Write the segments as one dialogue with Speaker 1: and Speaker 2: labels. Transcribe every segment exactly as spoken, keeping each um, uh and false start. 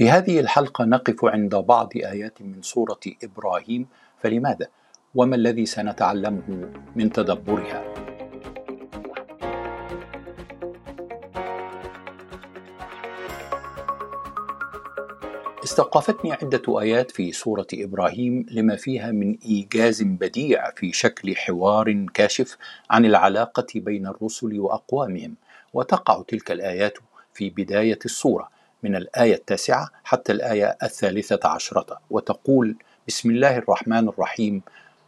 Speaker 1: في هذه الحلقة نقف عند بعض آيات من سورة إبراهيم، فلماذا؟ وما الذي سنتعلمه من تدبرها؟ استوقفتني عدة آيات في سورة إبراهيم لما فيها من إيجاز بديع في شكل حوار كاشف عن العلاقة بين الرسل وأقوامهم، وتقع تلك الآيات في بداية السورة من الآية التاسعة حتى الآية الثالثة عشرة، وتقول: بسم الله الرحمن الرحيم: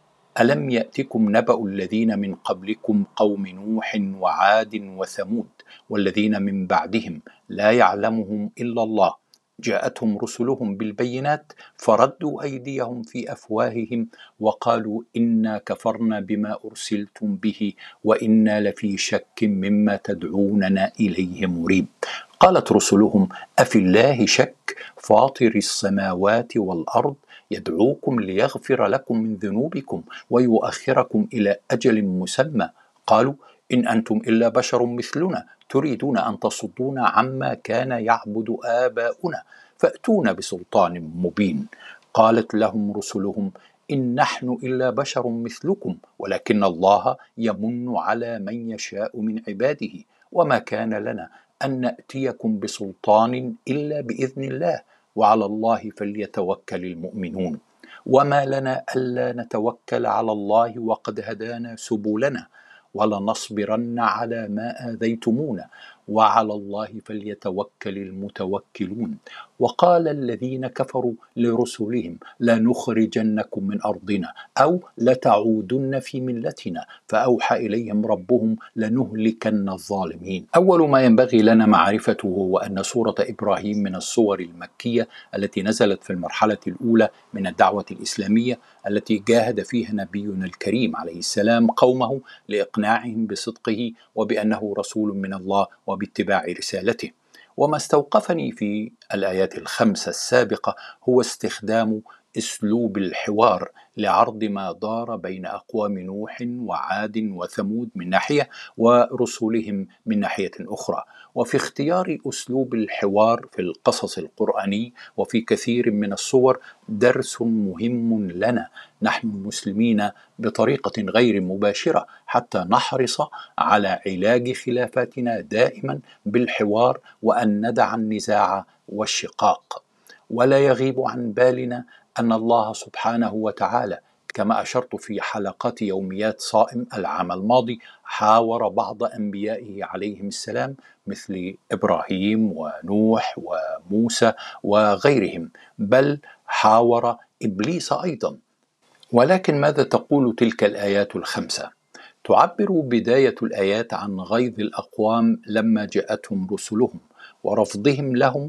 Speaker 1: ألم يأتكم نبأ الذين من قبلكم قوم نوح وعاد وثمود والذين من بعدهم لا يعلمهم إلا الله جاءتهم رسلهم بالبينات فردوا أيديهم في أفواههم وقالوا إنا كفرنا بما أرسلتم به وإنا لفي شك مما تدعوننا إليه مريب. قالت رسلهم: أفي الله شك فاطر السماوات والأرض يدعوكم ليغفر لكم من ذنوبكم ويؤخركم إلى أجل مسمى. قالوا: إن أنتم إلا بشر مثلنا تريدون أن تصدونا عما كان يعبد آباؤنا فأتونا بسلطان مبين. قالت لهم رسلهم: إن نحن إلا بشر مثلكم ولكن الله يمن على من يشاء من عباده وما كان لنا أن نأتيكم بسلطان إلا بإذن الله وعلى الله فليتوكل المؤمنون. وما لنا ألا نتوكل على الله وقد هدانا سبلنا ولنصبرن على ما آذيتمونا وعلى الله فليتوكل المتوكلون. وقال الذين كفروا لرسلهم: لنخرجنكم من أرضنا أو لتعودن في ملتنا فأوحى إليهم ربهم لنهلكن الظالمين. أول ما ينبغي لنا معرفته هو أن سورة إبراهيم من السور المكية التي نزلت في المرحلة الأولى من الدعوة الإسلامية، التي جاهد فيها نبينا الكريم عليه السلام قومه لإقناعهم بصدقه وبأنه رسول من الله وباتباع رسالته. وما استوقفني في الآيات الخمسة السابقة هو استخدام أسلوب الحوار لعرض ما دار بين أقوام نوح وعاد وثمود من ناحية ورسلهم من ناحية أخرى. وفي اختيار أسلوب الحوار في القصص القرآني وفي كثير من الصور درس مهم لنا نحن المسلمين بطريقة غير مباشرة حتى نحرص على علاج خلافاتنا دائما بالحوار وأن ندع النزاع والشقاق. ولا يغيب عن بالنا أن الله سبحانه وتعالى كما أشرت في حلقات يوميات صائم العام الماضي حاور بعض أنبيائه عليهم السلام مثل إبراهيم ونوح وموسى وغيرهم، بل حاور إبليس أيضا. ولكن ماذا تقول تلك الآيات الخمسة؟ تعبر بداية الآيات عن غيظ الأقوام لما جاءتهم رسلهم ورفضهم لهم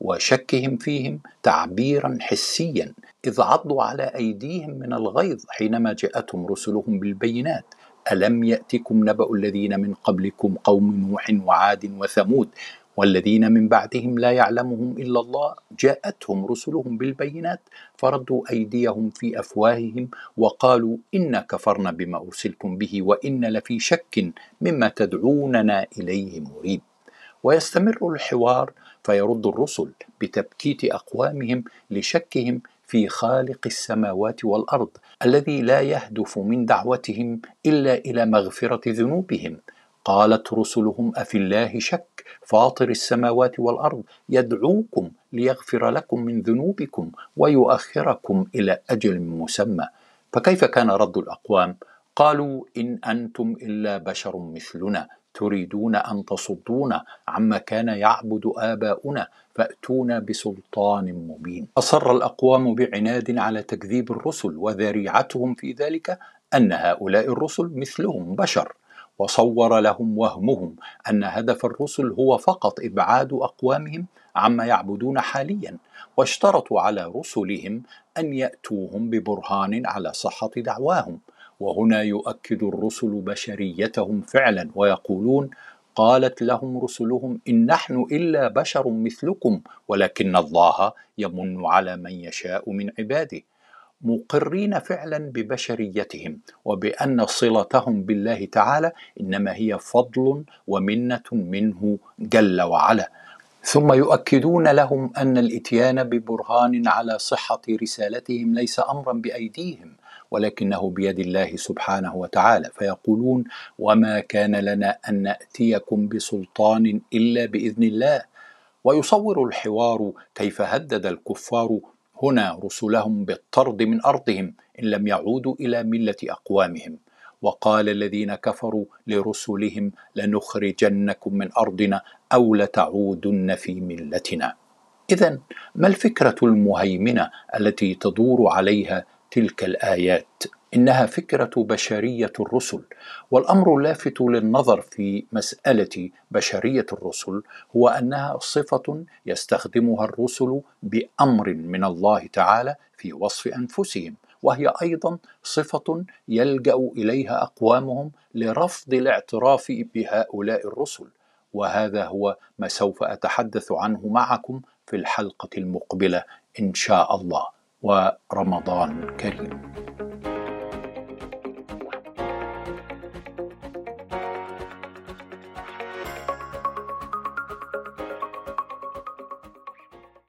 Speaker 1: وشكهم فيهم تعبيرا حسيا، إذ عضوا على أيديهم من الغيظ حينما جاءتهم رسلهم بالبينات. ألم يأتكم نبأ الذين من قبلكم قوم نوح وعاد وثمود والذين من بعدهم لا يعلمهم إلا الله جاءتهم رسلهم بالبينات فردوا أيديهم في أفواههم وقالوا إنا كفرنا بما أرسلتم به وإنا لفي شك مما تدعوننا إليه مريب. ويستمر الحوار فيرد الرسل بتبكيت أقوامهم لشكهم في خالق السماوات والأرض الذي لا يهدف من دعوتهم إلا إلى مغفرة ذنوبهم. قالت رسلهم: أفي الله شك فاطر السماوات والأرض يدعوكم ليغفر لكم من ذنوبكم ويؤخركم إلى أجل مسمى. فكيف كان رد الأقوام؟ قالوا: إن أنتم إلا بشر مثلنا تريدون أن تصدونا عما كان يعبد آباؤنا فأتونا بسلطان مبين. أصر الأقوام بعناد على تكذيب الرسل، وذريعتهم في ذلك أن هؤلاء الرسل مثلهم بشر، وصور لهم وهمهم أن هدف الرسل هو فقط إبعاد أقوامهم عما يعبدون حاليا، واشترطوا على رسلهم أن يأتوهم ببرهان على صحة دعواهم. وهنا يؤكد الرسل بشريتهم فعلا ويقولون: قالت لهم رسلهم: إن نحن إلا بشر مثلكم ولكن الله يمن على من يشاء من عباده، مقرين فعلا ببشريتهم وبأن صلتهم بالله تعالى إنما هي فضل ومنة منه جل وعلا. ثم يؤكدون لهم أن الإتيان ببرهان على صحة رسالتهم ليس أمرا بأيديهم ولكنه بيد الله سبحانه وتعالى، فيقولون: وما كان لنا أن نأتيكم بسلطان إلا بإذن الله. ويصور الحوار كيف هدد الكفار هنا رسلهم بالطرد من أرضهم إن لم يعودوا إلى ملة أقوامهم. وقال الذين كفروا لرسلهم: لنخرجنكم من أرضنا أو لتعودن في ملتنا. إذن ما الفكرة المهيمنة التي تدور عليها تلك الآيات؟ إنها فكرة بشرية الرسل. والأمر اللافت للنظر في مسألة بشرية الرسل هو أنها صفة يستخدمها الرسل بأمر من الله تعالى في وصف أنفسهم، وهي أيضا صفة يلجأ إليها أقوامهم لرفض الاعتراف بهؤلاء الرسل. وهذا هو ما سوف أتحدث عنه معكم في الحلقة المقبلة إن شاء الله، ورمضان كريم.